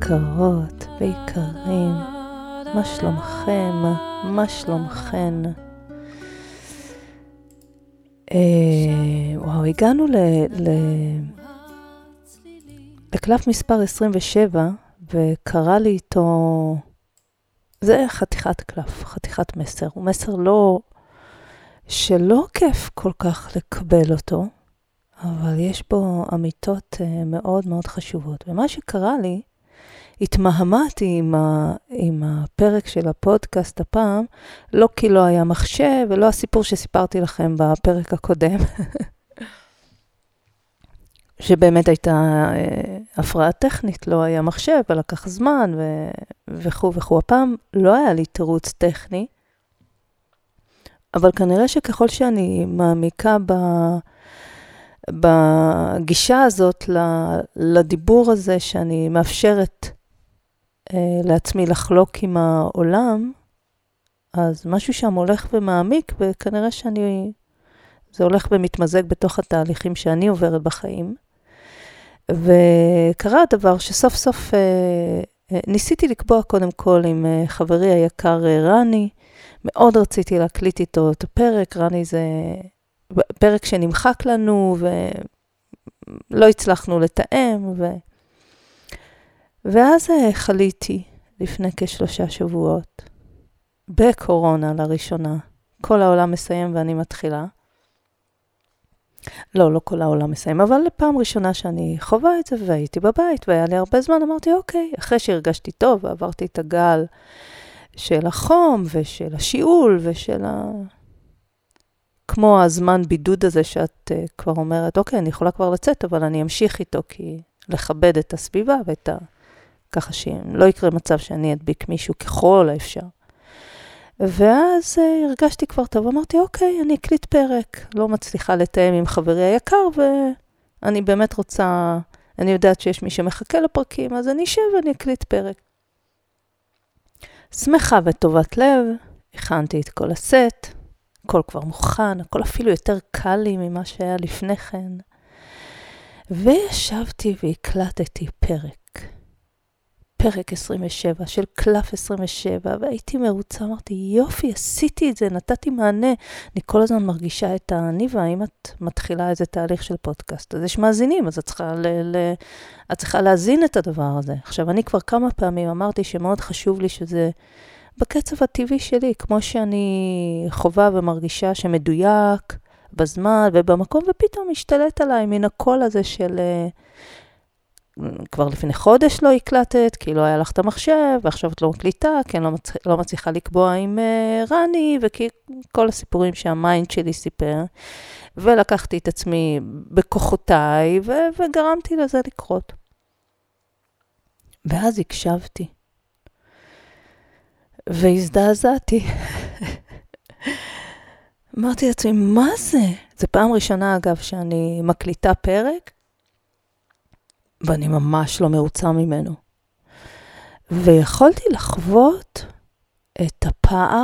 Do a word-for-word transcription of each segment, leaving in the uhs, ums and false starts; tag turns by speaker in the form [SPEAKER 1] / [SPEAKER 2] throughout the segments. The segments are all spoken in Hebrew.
[SPEAKER 1] יקרות ויקרים, מה שלומכם? מה שלומכן? אה, וואו, הגענו ל, ל, לקלף מספר עשרים ושבע, וקרא לי איתו, זה חתיכת קלף, חתיכת מסר. הוא מסר לא, שלא כיף כל כך לקבל אותו, אבל יש בו אמיתות מאוד מאוד חשובות. ומה שקרה לי, התמהמתי עם, ה, עם הפרק של הפודקאסט הפעם, לא כי לא היה מחשב, ולא הסיפור שסיפרתי לכם בפרק הקודם, שבאמת הייתה אה, הפרעה טכנית, לא היה מחשב, ולקח זמן ו, וכו' וכו'. הפעם לא היה לי תירוץ טכני, אבל כנראה שככל שאני מעמיקה ב... בגישה הזאת לדיבור הזה שאני מאפשרת אה, לעצמי לחלוק עם העולם, אז משהו שם הולך ומעמיק, וכנראה שאני, זה הולך ומתמזג בתוך התהליכים שאני עוברת בחיים. וקרה הדבר שסוף סוף אה, אה, ניסיתי לקבוע קודם כל עם אה, חברי היקר אה, רני, מאוד רציתי להקליט איתו את הפרק. רני זה פרק שנמחק לנו ולא הצלחנו לתאם, ו... ואז חליתי לפני כשלושה שבועות, בקורונה לראשונה. כל העולם מסיים ואני מתחילה. לא, לא כל העולם מסיים, אבל לפעם ראשונה שאני חווה את זה, והייתי בבית והיה לי הרבה זמן, אמרתי אוקיי, אחרי שהרגשתי טוב ועברתי את הגל של החום ושל השיעול ושל ה... כמו הזמן בידוד הזה שאת uh, כבר אומרת, אוקיי, אני יכולה כבר לצאת, אבל אני אמשיך איתו, כי לכבד את הסביבה ואת ה... ככה שלא יקרה מצב שאני אדביק מישהו ככל האפשר. ואז uh, הרגשתי כבר טוב, אמרתי, אוקיי, אני אקליט פרק, לא מצליחה לתאם עם חברי היקר, ואני באמת רוצה, אני יודעת שיש מי שמחכה לפרקים, אז אני אשב ואני אקליט פרק. שמחה וטובת לב, הכנתי את כל הסט, הכל כבר מוכן, הכל אפילו יותר קל לי ממה שהיה לפני כן. וישבתי והקלטתי פרק. פרק עשרים ושבע, של קלף עשרים ושבע, והייתי מרוצה, אמרתי, יופי, עשיתי את זה, נתתי מענה. אני כל הזמן מרגישה את הניבה, אם את מתחילה איזה תהליך של פודקאסט, אז יש מאזינים, אז את צריכה, ל- ל- את צריכה להזין את הדבר הזה. עכשיו, אני כבר כמה פעמים אמרתי שמאוד חשוב לי שזה בקצב הטבעי שלי, כמו שאני חובה ומרגישה שמדויק בזמן ובמקום, ופתאום משתלט עליי מן הקול הזה של... כבר לפני חודש לא הקלטת, כי לא היה לך את המחשב, ועכשיו את לא מקליטה, כי אני לא, מצ... לא מצליחה לקבוע עם uh, רני, וכי כל הסיפורים שהמיינד שלי סיפר, ולקחתי את עצמי בכוחותיי, ו... וגרמתי לזה לקרות. ואז הקשבתי. והזדעזעתי. אמרתי לעצמי, מה זה? זה פעם ראשונה, אגב, שאני מקליטה פרק, ואני ממש לא מרוצה ממנו. ויכולתי לחוות את הפער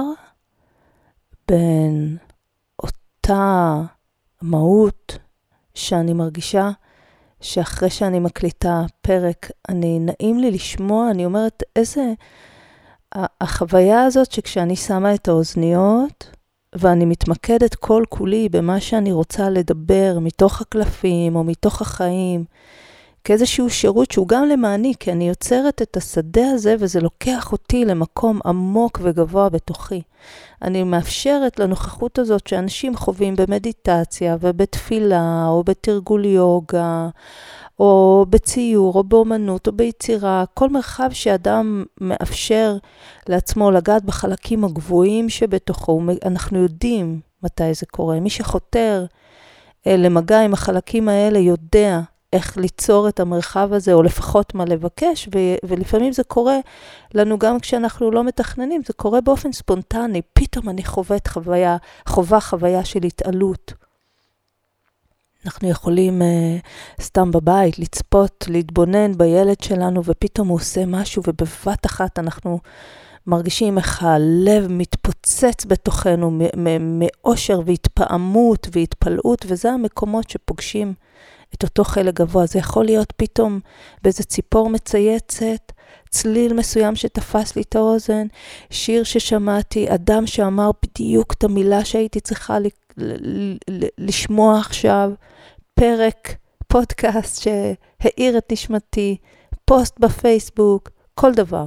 [SPEAKER 1] בין אותה מהות שאני מרגישה שאחרי שאני מקליטה פרק, אני נעים לי לשמוע, אני אומרת, איזה... החוויה הזאת שכשאני שמה את האוזניות, ואני מתמקדת כל כולי במה שאני רוצה לדבר, מתוך הקלפים או מתוך החיים, כאיזשהו שירות שהוא גם למעני, כי אני יוצרת את השדה הזה, וזה לוקח אותי למקום עמוק וגבוה בתוכי. אני מאפשרת לנוכחות הזאת שאנשים חווים במדיטציה ובתפילה, או בתרגול יוגה, או בציור, או באומנות, או ביצירה, כל מרחב שאדם מאפשר לעצמו לגעת בחלקים הגבוהים שבתוכו, אנחנו יודעים מתי זה קורה. מי שחותר למגע עם החלקים האלה יודע איך ליצור את המרחב הזה, או לפחות מה לבקש, ו- ולפעמים זה קורה לנו גם כשאנחנו לא מתכננים, זה קורה באופן ספונטני, פתאום אני חווה חוויה, חווה חוויה של התעלות. אנחנו יכולים uh, סתם בבית לצפות, להתבונן בילד שלנו, ופתאום הוא עושה משהו, ובבת אחת אנחנו מרגישים איך הלב מתפוצץ בתוכנו, מאושר והתפעמות והתפלאות, וזה המקומות שפוגשים את אותו חלק גבוה. זה יכול להיות פתאום באיזה ציפור מצייצת, צליל מסוים שתפס לי את האוזן, שיר ששמעתי, אדם שאמר בדיוק את המילה שהייתי צריכה ל- ל- ל- לשמוע עכשיו, פרק, פודקאסט שהאיר את נשמתי, פוסט בפייסבוק, כל דבר.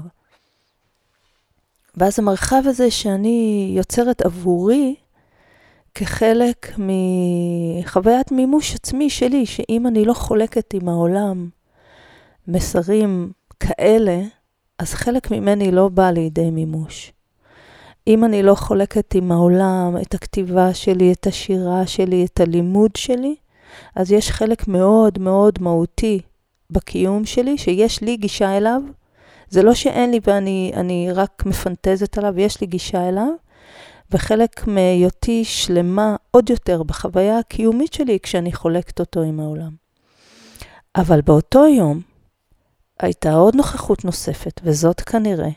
[SPEAKER 1] ואז המרחב הזה שאני יוצרת עבורי, כחלק מחוויית מימוש עצמי שלי, שאם אני לא חולקת עם העולם מסרים כאלה, אז חלק ממני לא בא לידי מימוש. אם אני לא חולקת עם העולם את הכתיבה שלי, את השירה שלי, את הלימוד שלי, אז יש חלק מאוד מאוד מהותי בקיום שלי, שיש לי גישה אליו. זה לא שאין לי ואני אני רק מפנטזת עליו, יש לי גישה אליו, וחלק מהיותי שלמה עוד יותר בחוויה הקיומית שלי כשאני חולקת אותו עם העולם. אבל באותו יום הייתה עוד נוכחות נוספת, וזאת כנראה.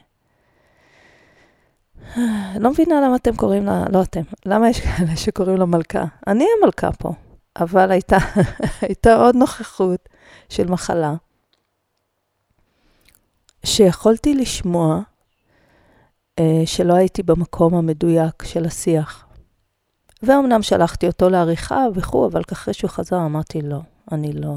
[SPEAKER 1] לא מבינה למה אתם קוראים לה, לא אתם, למה יש כאלה שקוראים לה מלכה? אני המלכה פה, אבל הייתה, הייתה עוד נוכחות של מחלה, שיכולתי לשמוע שלא הייתי במקום המדויק של השיח. ואומנם שלחתי אותו לעריכה וכו', אבל אחרי שהוא חזר אמרתי לא, אני לא,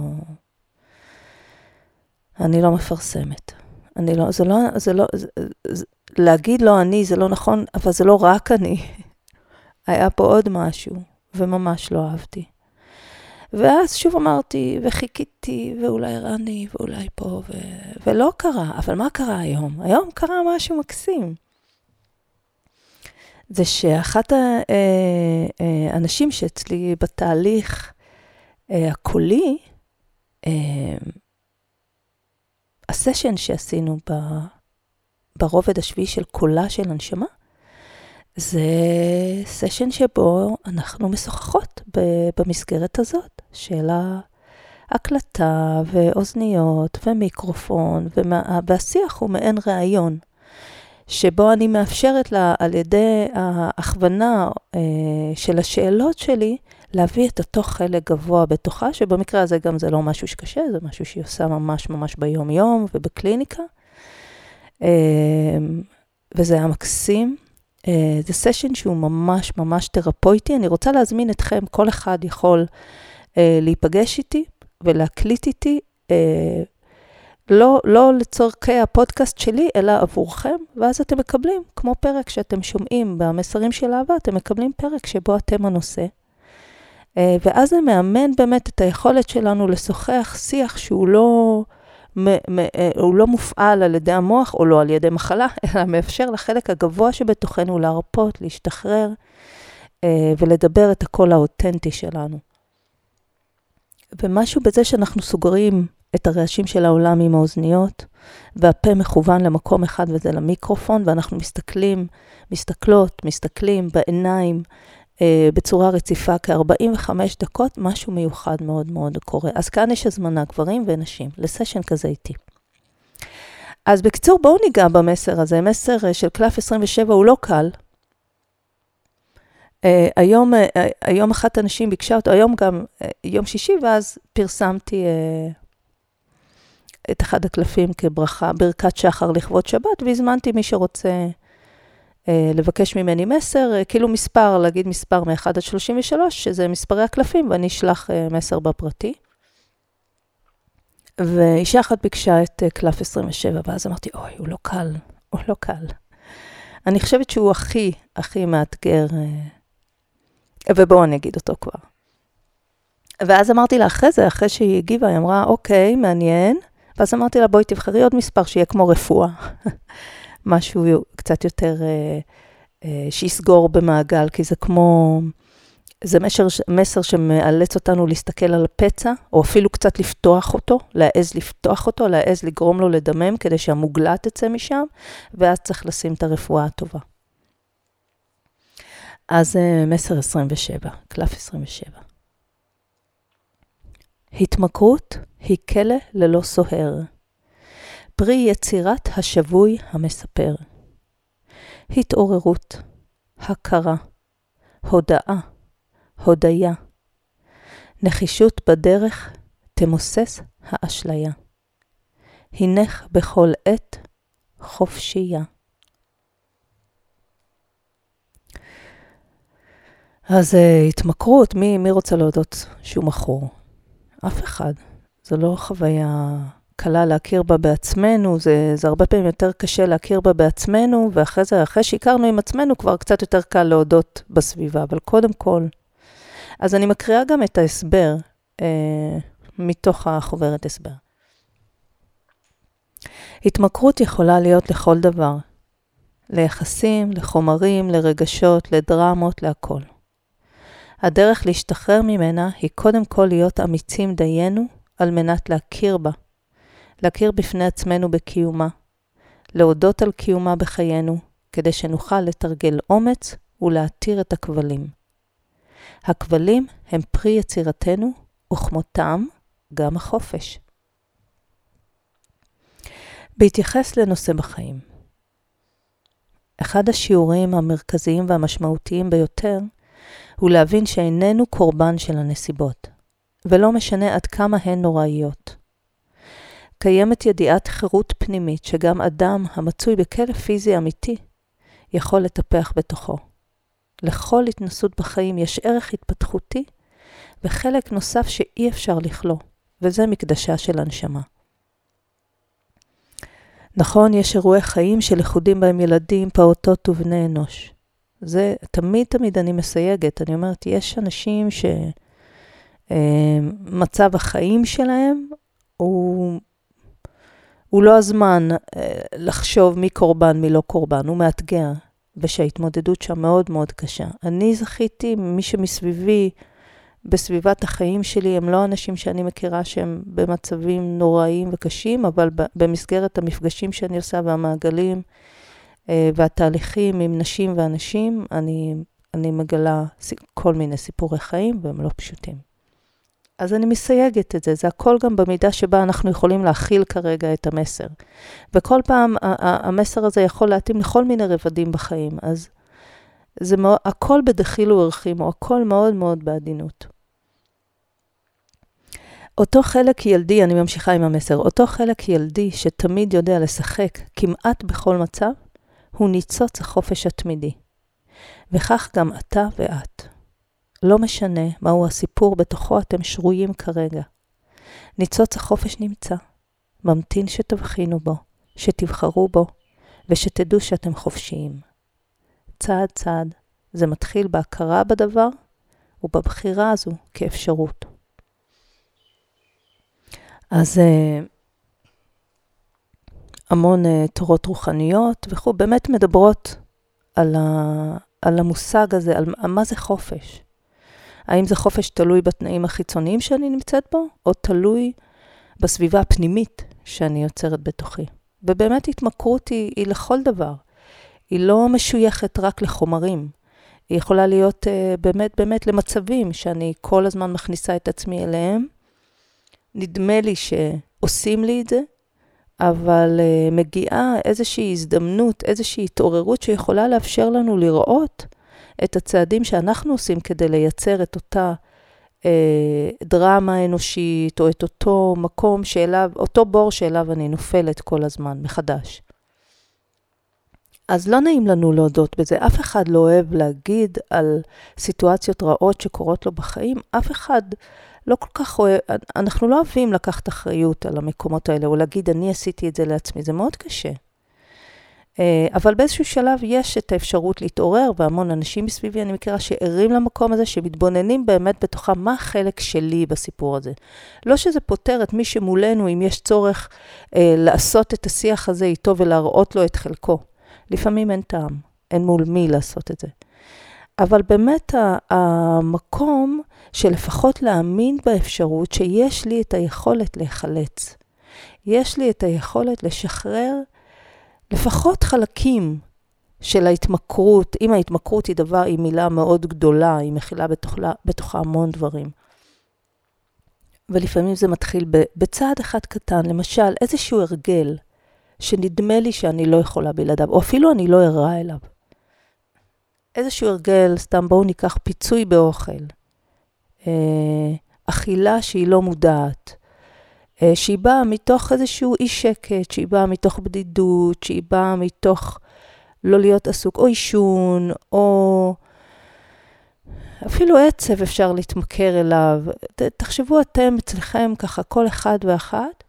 [SPEAKER 1] אני לא מפרסמת. אני לא, זה לא, זה לא, זה, זה, להגיד לא אני זה לא נכון, אבל זה לא רק אני. היה פה עוד משהו, וממש לא אהבתי. ואז שוב אמרתי, וחיכיתי, ואולי רני, ואולי פה, ו... ולא קרה. אבל מה קרה היום? היום קרה משהו מקסים. זה שאחת האנשים שאצלי בתהליך הקולי, הסשן שעשינו ברובד השביעי של קולה של הנשמה, זה סשן שבו אנחנו משוחחות במסגרת הזאת, של ההקלטה ואוזניות ומיקרופון, והשיח הוא מעין רעיון, שבו אני מאפשרת לה על ידי ההכוונה של השאלות שלי, להביא את אותו חלק גבוה בתוכה, שבמקרה הזה גם זה לא משהו שקשה, זה משהו שהיא עושה ממש ממש ביום יום ובקליניקה. וזה היה מקסים. זה סשן שהוא ממש ממש תרפויטי. אני רוצה להזמין אתכם, כל אחד יכול להיפגש איתי ולהקליט איתי, לא, לא לצורכי הפודקאסט שלי, אלא עבורכם, ואז אתם מקבלים, כמו פרק שאתם שומעים במסרים של אהבה, אתם מקבלים פרק שבו אתם הנושא. ואז זה מאמן באמת את היכולת שלנו לשוחח שיח שהוא לא, הוא לא מופעל על ידי המוח, או לא על ידי מחלה, אלא מאפשר לחלק הגבוה שבתוכנו להרפות, להשתחרר, ולדבר את הקול האותנטי שלנו. ומשהו בזה שאנחנו סוגרים את הרעשים של העולם עם האוזניות, והפה מכוון למקום אחד וזה למיקרופון, ואנחנו מסתכלים, מסתכלות, מסתכלים בעיניים, אה, בצורה רציפה כ-ארבעים וחמש דקות, משהו מיוחד מאוד מאוד קורה. אז כאן יש הזמנה גברים ונשים, לסשן כזה איתי. אז בקצור בואו ניגע במסר הזה, מסר של קלף עשרים ושבע הוא לא קל, Uh, היום, uh, היום אחת הנשים ביקשה אותו, היום גם uh, יום שישי, ואז פרסמתי uh, את אחד הקלפים כברכה, ברכת שחר לכבוד שבת, והזמנתי מי שרוצה uh, לבקש ממני מסר, uh, כאילו מספר, להגיד מספר מ-אחד עד שלושים ושלוש, שזה מספרי הקלפים, ואני אשלח uh, מסר בפרטי. ואישה אחת ביקשה את uh, קלף עשרים ושבע, ואז אמרתי, אוי, הוא לא קל, הוא לא קל. אני חושבת שהוא הכי, הכי מאתגר, uh, ובואו אני אגיד אותו כבר. ואז אמרתי לה אחרי זה, אחרי שהיא הגיבה, היא אמרה, אוקיי, מעניין. ואז אמרתי לה, בואי תבחרי עוד מספר שיהיה כמו רפואה. משהו קצת יותר, אה, אה, שיסגור במעגל, כי זה כמו, זה מסר, מסר שמאלץ אותנו להסתכל על הפצע, או אפילו קצת לפתוח אותו, להעז לפתוח אותו, להעז לגרום לו לדמם, כדי שהמוגלה תצא משם, ואז צריך לשים את הרפואה הטובה. אז מסר עשרים ושבע, קלף עשרים ושבע. התמכרות היא כלא ללא סוהר. פרי יצירת השבוי המספר. התעוררות, הכרה, הודאה, הודיה. נחישות בדרך, תמוסס האשליה. הנך בכל עת חופשייה. אז התמכרות, מי, מי רוצה להודות שהוא מכור? אף אחד. זו לא חוויה קלה להכיר בה בעצמנו, זה, זה הרבה פעמים יותר קשה להכיר בה בעצמנו, ואחרי זה, אחרי שהכרנו עם עצמנו, כבר קצת יותר קל להודות בסביבה, אבל קודם כל. אז אני מקריאה גם את ההסבר, אה, מתוך החוברת הסבר. התמכרות יכולה להיות לכל דבר, ליחסים, לחומרים, לרגשות, לדרמות, להכל. הדרך להשתחרר ממנה היא קודם כל להיות אמיצים דיינו על מנת להכיר בה, להכיר בפני עצמנו בקיומה, להודות על קיומה בחיינו, כדי שנוכל לתרגל אומץ ולהתיר את הכבלים. הכבלים הם פרי יצירתנו, וכמותם גם החופש. בהתייחס לנושא בחיים. אחד השיעורים המרכזיים והמשמעותיים ביותר, הוא להבין שאיננו קורבן של הנסיבות, ולא משנה עד כמה הן נוראיות. קיימת ידיעת חירות פנימית שגם אדם המצוי בכלא פיזי אמיתי יכול לטפח בתוכו. לכל התנסות בחיים יש ערך התפתחותי וחלק נוסף שאי אפשר לכלוא, וזה מקדשה של הנשמה. נכון, יש אירועי חיים שלכודים בהם ילדים, פעוטות ובני אנוש. זה תמיד תמיד אני מסייגת, אני אומרת, יש אנשים שמצב החיים שלהם הוא, הוא לא הזמן לחשוב מי קורבן, מי לא קורבן, הוא מאתגר, ושההתמודדות שם מאוד מאוד קשה. אני זכיתי, מי שמסביבי, בסביבת החיים שלי, הם לא אנשים שאני מכירה שהם במצבים נוראיים וקשים, אבל במסגרת המפגשים שאני עושה והמעגלים והתהליכים עם נשים ואנשים, אני, אני מגלה כל מיני סיפורי חיים והם לא פשוטים. אז אני מסייגת את זה, זה הכל גם במידה שבה אנחנו יכולים להכיל כרגע את המסר. וכל פעם המסר הזה יכול להתאים לכל מיני רבדים בחיים, אז זה מאוד, הכל בדחיל וערכים, או הכל מאוד מאוד בעדינות. אותו חלק ילדי, אני ממשיכה עם המסר, אותו חלק ילדי שתמיד יודע לשחק כמעט בכל מצב, הוא ניצוץ החופש התמידי. וכך גם אתה ואת. לא משנה מהו הסיפור בתוכו אתם שרויים כרגע. ניצוץ החופש נמצא, ממתין שתבחינו בו, שתבחרו בו, ושתדעו שאתם חופשיים. צעד צעד, זה מתחיל בהכרה בדבר, ובבחירה הזו כאפשרות. אז המון תורות רוחניות וכו', באמת מדברות על, ה, על המושג הזה, על מה זה חופש. האם זה חופש תלוי בתנאים החיצוניים שאני נמצאת בו, או תלוי בסביבה הפנימית שאני יוצרת בתוכי. ובאמת התמכרות היא, היא לכל דבר. היא לא משויכת רק לחומרים. היא יכולה להיות uh, באמת באמת למצבים שאני כל הזמן מכניסה את עצמי אליהם. נדמה לי שעושים לי את זה, אבל uh, מגיעה איזושהי הזדמנות, איזושהי התעוררות שיכולה לאפשר לנו לראות את הצעדים שאנחנו עושים כדי לייצר את אותה אה, דרמה אנושית, או את אותו מקום שאליו, אותו בור שאליו אני נופלת כל הזמן מחדש. אז לא נעים לנו להודות בזה, אף אחד לא אוהב להגיד על סיטואציות רעות שקורות לו בחיים, אף אחד לא כל כך אוהב, אנחנו לא אוהבים לקחת אחריות על המקומות האלה, או להגיד אני עשיתי את זה לעצמי, זה מאוד קשה. אבל באיזשהו שלב יש את האפשרות להתעורר, והמון אנשים מסביבי אני מכירה שערים למקום הזה, שמתבוננים באמת בתוכה מה החלק שלי בסיפור הזה. לא שזה פותר את מי שמולנו, אם יש צורך אה, לעשות את השיח הזה איתו ולהראות לו את חלקו. לפעמים אין טעם, אין מול מי לעשות את זה. אבל באמת המקום שלפחות להאמין באפשרות שיש לי את היכולת להיחלץ. יש לי את היכולת לשחרר לפחות חלקים של ההתמכרות, אם ההתמכרות היא דבר, היא מילה מאוד גדולה, היא מכילה בתוכה, בתוכה המון דברים. ולפעמים זה מתחיל בצעד אחד קטן, למשל איזשהו הרגל, שנדמה לי שאני לא יכולה בלעדיו, או אפילו אני לא ערה אליו. איזשהו הרגל, סתם בואו ניקח פיצוי באוכל, אה, אכילה שהיא לא מודעת, שהיא באה מתוך איזשהו אי שקט, שהיא באה מתוך בדידות, שהיא באה מתוך לא להיות עסוק, או אישון, או אפילו עצב אפשר להתמכר אליו. תחשבו אתם אצלכם ככה, כל אחד ואחת.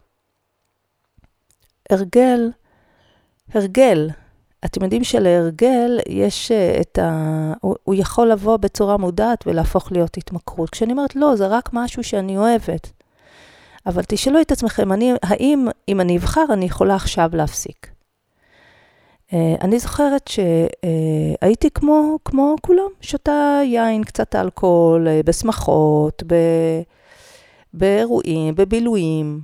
[SPEAKER 1] הרגל, הרגל. אתם יודעים שלהרגל יש את ה... הוא, הוא יכול לבוא בצורה מודעת ולהפוך להיות התמכרות. כשאני אומרת לא, זה רק משהו שאני אוהבת. אבל תשאלו את עצמכם, אני, האם אם אני אבחר, אני יכולה עכשיו להפסיק? אני זוכרת שהייתי כמו, כמו כולם, שותה יין, קצת אלכוהול, בשמחות, ב, באירועים, בבילויים.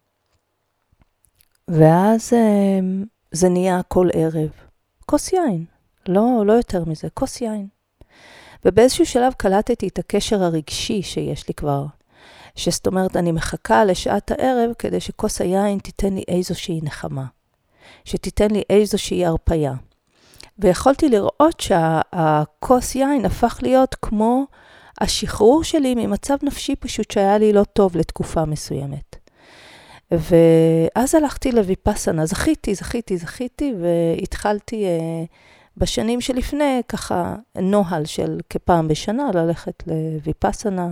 [SPEAKER 1] ואז זה נהיה כל ערב. כוס יין, לא, לא יותר מזה, כוס יין. ובאיזשהו שלב קלטתי את הקשר הרגשי שיש לי כבר. שזאת אומרת, אני מחכה לשעת הערב כדי שכוס היין תיתן לי איזושהי נחמה. שתיתן לי איזושהי הרפיה. ויכולתי לראות שהכוס יין הפך להיות כמו השחרור שלי ממצב נפשי פשוט שהיה לי לא טוב לתקופה מסוימת. ואז הלכתי לויפאסנה, זכיתי, זכיתי, זכיתי, והתחלתי אה, בשנים שלפני ככה נוהל של כפעם בשנה ללכת לויפאסנה.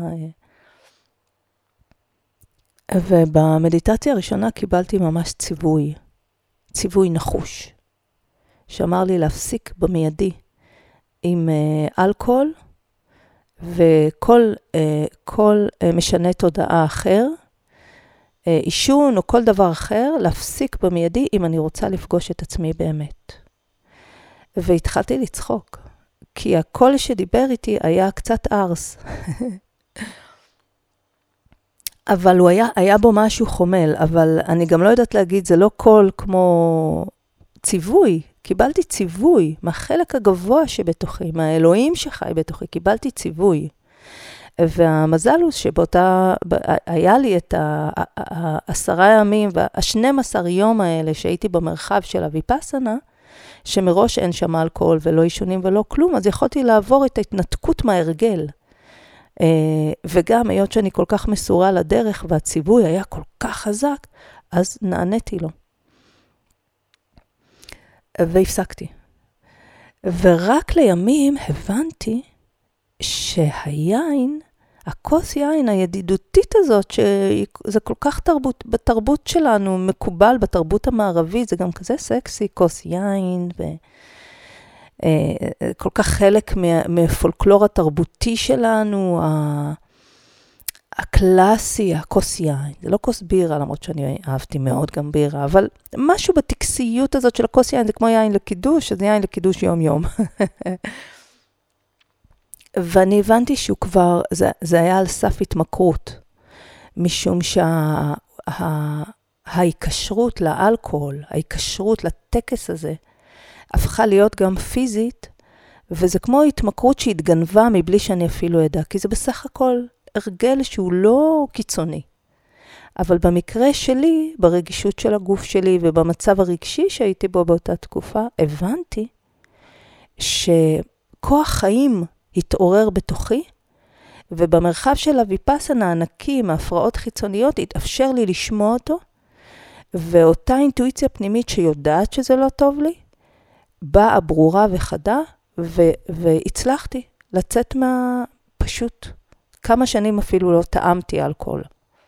[SPEAKER 1] ובמדיטציה הראשונה קיבלתי ממש ציווי. ציווי נחוש, שאמר לי להפסיק במיידי עם uh, אלכוהול, וכל uh, כל, uh, משנה תודעה אחר, uh, אישון או כל דבר אחר, להפסיק במיידי אם אני רוצה לפגוש את עצמי באמת. והתחלתי לצחוק, כי הקול שדיבר איתי היה קצת ארס. אבל הוא היה, היה בו משהו חומל, אבל אני גם לא יודעת להגיד, זה לא קול כמו ציווי. קיבלתי ציווי מהחלק הגבוה שבתוכי, מהאלוהים שחי בתוכי, קיבלתי ציווי. והמזל הוא שבאותה, היה לי את העשרה ימים והשנים עשר יום האלה שהייתי במרחב של הויפאסנה, שמראש אין שם אלכוהול ולא אישונים ולא כלום, אז יכולתי לעבור את ההתנתקות מההרגל. Uh, וגם היות שאני כל כך מסורה לדרך והציווי היה כל כך חזק, אז נעניתי לו. והפסקתי. ורק לימים הבנתי שהיין, הכוס יין הידידותית הזאת, שזה כל כך תרבות, בתרבות שלנו מקובל, בתרבות המערבית, זה גם כזה סקסי, כוס יין ו... כל כך חלק מפולקלור התרבותי שלנו, הקלאסי, הכוס יין. זה לא כוס בירה, למרות שאני אהבתי מאוד גם בירה, אבל משהו בטקסיות הזאת של הכוס יין, זה כמו יין לקידוש, אז יין לקידוש יום יום. ואני הבנתי שהוא כבר, זה, זה היה על סף התמכרות, משום שההיקשרות לאלכוהול, ההיקשרות לטקס הזה, הפכה להיות גם פיזית, וזה כמו התמכרות שהתגנבה מבלי שאני אפילו ידע, כי זה בסך הכל הרגל שהוא לא קיצוני. אבל במקרה שלי, ברגישות של הגוף שלי ובמצב הרגשי שהייתי בו באותה תקופה, הבנתי שכוח חיים התעורר בתוכי, ובמרחב של הויפאסנה הענקי, מהפרעות חיצוניות, התאפשר לי לשמוע אותו, ואותה אינטואיציה פנימית שיודעת שזה לא טוב לי, באה ברורה וחדה, ו- והצלחתי לצאת מה... פשוט כמה שנים אפילו לא טעמתי אלכוהול.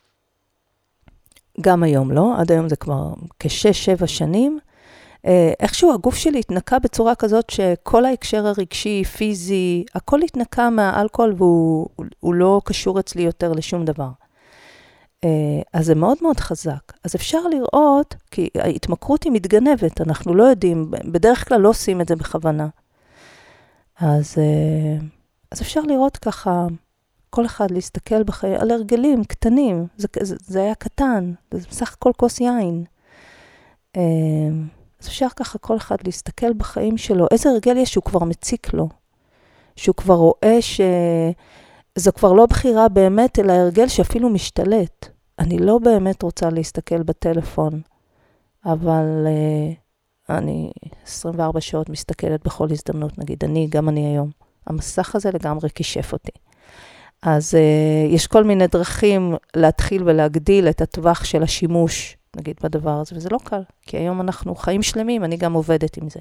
[SPEAKER 1] גם היום לא, עד היום זה כבר כשש, שבע שנים. איכשהו הגוף שלי התנקה בצורה כזאת שכל ההקשר הרגשי, פיזי, הכל התנקה מהאלכוהול והוא לא קשור אצלי יותר לשום דבר. אז זה מאוד מאוד חזק. אז אפשר לראות, כי ההתמכרות היא מתגנבת, אנחנו לא יודעים, בדרך כלל לא עושים את זה בכוונה. אז, אז אפשר לראות ככה, כל אחד להסתכל בחיי, על הרגלים קטנים, זה, זה, זה היה קטן, זה בסך הכל כוס יין. אז אפשר ככה כל אחד להסתכל בחיים שלו, איזה הרגל יש שהוא כבר מציק לו, שהוא כבר רואה שזו כבר לא בחירה באמת, אלא הרגל שאפילו משתלט. אני לא באמת רוצה להסתכל בטלפון, אבל uh, אני עשרים וארבע שעות מסתכלת בכל הזדמנות, נגיד, אני, גם אני היום. המסך הזה לגמרי כישף אותי. אז uh, יש כל מיני דרכים להתחיל ולהגדיל את הטווח של השימוש, נגיד, בדבר הזה, וזה לא קל, כי היום אנחנו חיים שלמים, אני גם עובדת עם זה.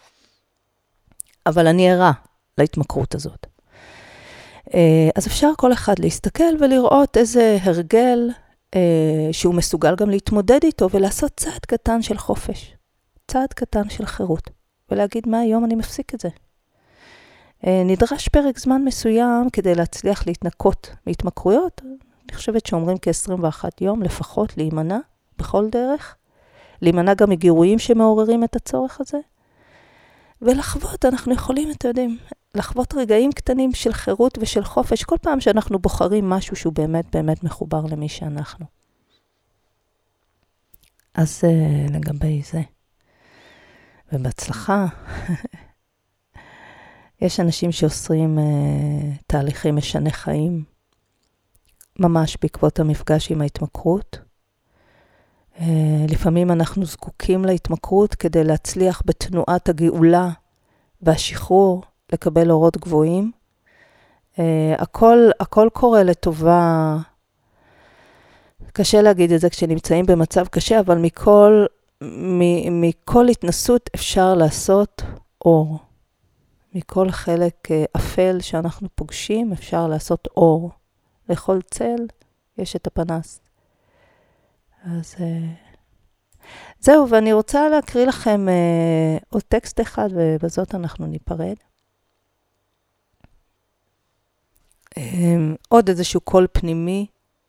[SPEAKER 1] אבל אני ערה להתמכרות הזאת. Uh, אז אפשר כל אחד להסתכל ולראות איזה הרגל uh, שהוא מסוגל גם להתמודד איתו, ולעשות צעד קטן של חופש, צעד קטן של חירות, ולהגיד מה היום אני מפסיק את זה. נדרש פרק זמן מסוים כדי להצליח להתנקות מהתמכרויות. אני חושבת שאומרים כ-עשרים ואחד יום לפחות להימנע בכל דרך. להימנע גם מגירויים שמעוררים את הצורך הזה. ולחוות, אנחנו יכולים, אתם יודעים, לחוות רגעים קטנים של חירות ושל חופש, כל פעם שאנחנו בוחרים משהו שהוא באמת באמת מחובר למי שאנחנו. אז לגבי זה. ובהצלחה. יש אנשים שעושים uh, תהליכים משנה חיים, ממש בעקבות המפגש עם ההתמכרות. Uh, לפעמים אנחנו זקוקים להתמכרות כדי להצליח בתנועת הגאולה והשחרור, לקבל אורות גבוהים. Uh, הכל, הכל קורה לטובה, קשה להגיד את זה כשנמצאים במצב קשה, אבל מכל, מ, מכל התנסות אפשר לעשות אור. מכל חלק אפל שאנחנו פוגשים, אפשר לעשות אור. לכל צל יש את הפנס. אז זהו, ואני רוצה להקריא לכם עוד טקסט אחד, ובזאת אנחנו ניפרד. עוד איזשהו קול פנימי.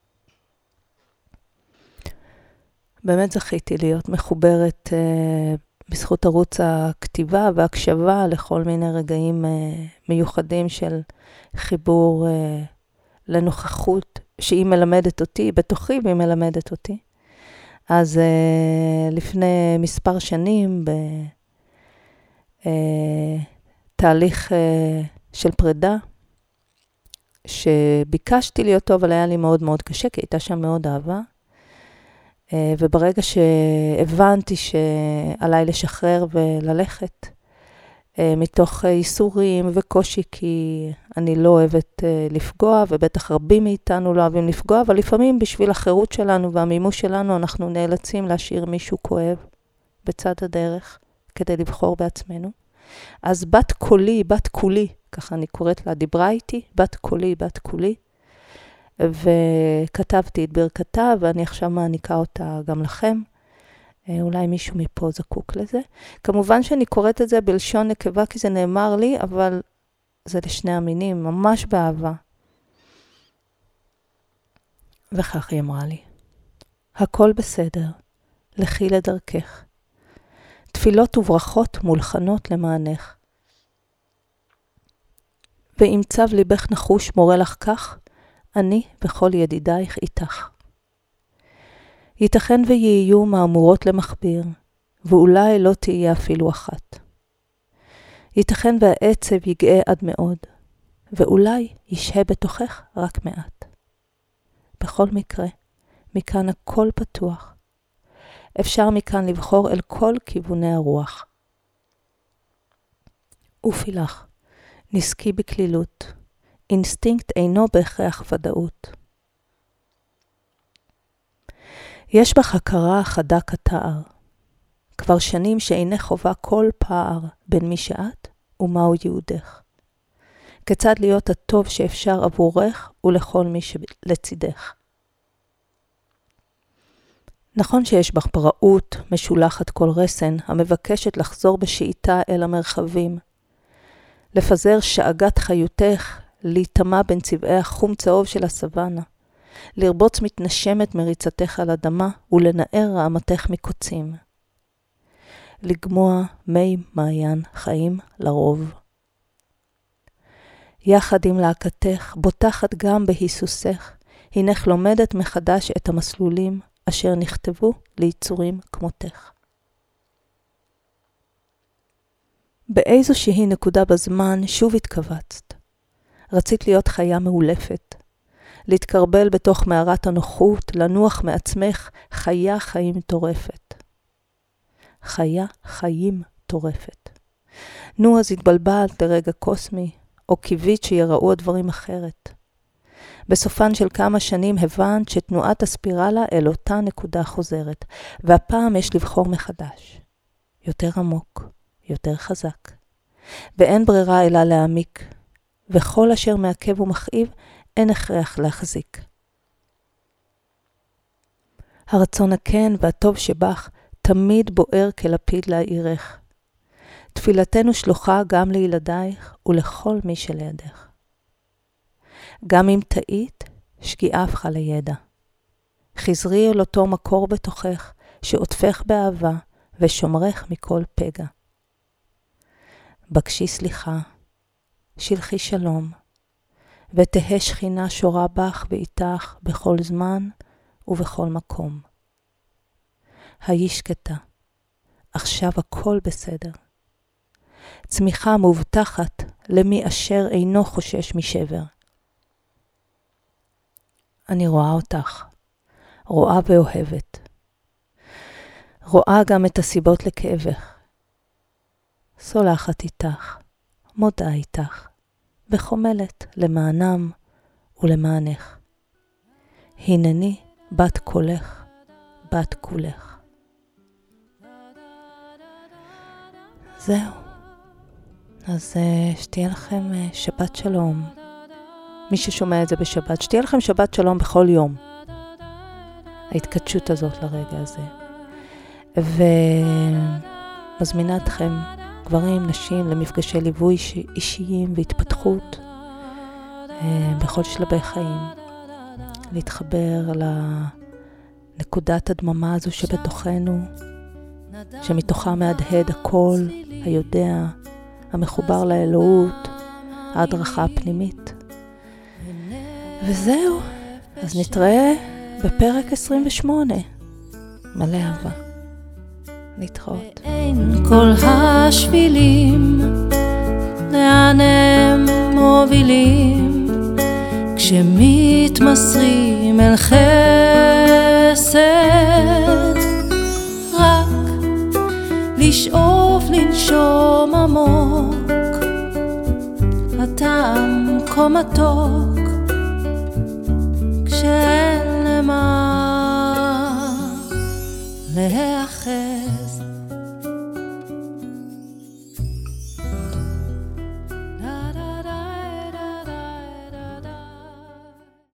[SPEAKER 1] באמת זכיתי להיות מחוברת בזכות ערוץ הכתיבה והקשבה לכל מיני רגעים uh, מיוחדים של חיבור uh, לנוכחות שהיא מלמדת אותי, בתוכי והיא מלמדת אותי. אז uh, לפני מספר שנים, בתהליך uh, uh, של פרידה, שביקשתי להיות טוב, אבל היה לי מאוד מאוד קשה, כי הייתה שם מאוד אהבה. Uh, וברגע שהבנתי שעליי לשחרר וללכת, uh, מתוך uh, איסורים וקושי, כי אני לא אוהבת uh, לפגוע, ובטח רבים מאיתנו לא אוהבים לפגוע, אבל לפעמים בשביל החירות שלנו והמימוש שלנו, אנחנו נאלצים להשאיר מישהו כואב בצד הדרך, כדי לבחור בעצמנו. אז בת קולי, בת קולי, ככה אני קוראת לה, דיברה איתי, בת קולי, בת קולי, וכתבתי את ברכתה, ואני עכשיו מעניקה אותה גם לכם. אולי מישהו מפה זקוק לזה. כמובן שאני קוראת את זה בלשון נקבה, כי זה נאמר לי, אבל זה לשני המינים, ממש באהבה. וכך היא אמרה לי, הכל בסדר, לכי לדרכך. תפילות וברכות מולחנות למענך. ואם צו ליבך נחוש מורה לך כך, אני וכל ידידייך איתך. ייתכן ויהיו מאמורות למכביר, ואולי לא תהיה אפילו אחת. ייתכן והעצב יגאה עד מאוד, ואולי ישהה בתוכך רק מעט. בכל מקרה, מכאן הכל פתוח. אפשר מכאן לבחור אל כל כיווני הרוח. אופי לך, נסקי בכלילות. אינסטינקט אינו בהכרח ודאות. יש בך הכרה חדה כתער. כבר שנים שאינך חובה כל פער בין מי שאת ומהו ייעודך. כיצד להיות הטוב שאפשר עבורך ולכל מי שלצידך. נכון שיש בך פראות משולחת כל רסן המבקשת לחזור בשאיתה אל המרחבים. לפזר שאגת חיותך, להיטמע בין צבעי החום צהוב של הסוואנה. לרבוץ מתנשמת מריצתך על אדמה ולנער רעמתך מקוצים. לגמוע מי מעיין חיים לרוב. יחד עם להקתך, בוטחת גם בהיסוסך, הנך לומדת מחדש את המסלולים אשר נכתבו ליצורים כמותך. באיזושהי נקודה בזמן שוב התכווצת. רצית להיות חיה מאולפת, להתקרבל בתוך מערת הנוחות, לנוח מעצמך חיה חיים טורפת. חיה חיים טורפת. נו, אז התבלבלת לרגע קוסמי, או קיווית שיראו הדברים אחרת. בסופן של כמה שנים הבנת שתנועת הספירלה אל אותה נקודה חוזרת, והפעם יש לבחור מחדש. יותר עמוק, יותר חזק. ואין ברירה אלא להעמיק, וכל אשר מעכב ומכאיב אין הכרח להחזיק. הרצון הכן והטוב שבך תמיד בוער כלפיד להאירך. תפילתנו שלוחה גם לילדייך ולכל מי שלידך. גם אם טעית, שגיאה הפכה לידע. חזרי אל אותו מקור בתוכך, שעוטפך באהבה ושומרך מכל פגע. בקשי סליחה, שלחי שלום, ותהה שכינה שורה בך ואיתך בכל זמן ובכל מקום. היי שקטה, עכשיו הכל בסדר. צמיחה מובטחת למי אשר אינו חושש משבר. אני רואה אותך, רואה ואוהבת. רואה גם את הסיבות לכאבך. סולחת איתך, מודה איתך, וחומלת למענם ולמענך. הנני בת קולך, בת כולך. זהו. אז שתהיה לכם שבת שלום. מי ששומע את זה בשבת, שתהיה לכם שבת שלום בכל יום. ההתקדשות הזאת לרגע הזה. ומזמינה אתכם, גברים, נשים, למפגשי ליווי אישיים והתפתחות בכל שלבי חיים. להתחבר לנקודת הדממה הזו שבתוכנו, שמתוכה מהדהד הכל, היודע, המחובר לאלוהות, ההדרכה הפנימית. וזהו, אז נתראה בפרק עשרים ושמונה. מלא אהבה. להתראות.
[SPEAKER 2] אין כל השבילים, לאן הם מובילים, כשמתמסרים אל חסד, רק לשאוף לנשום עמוק, הטעם כה מתוק, כשאין למה לאחר.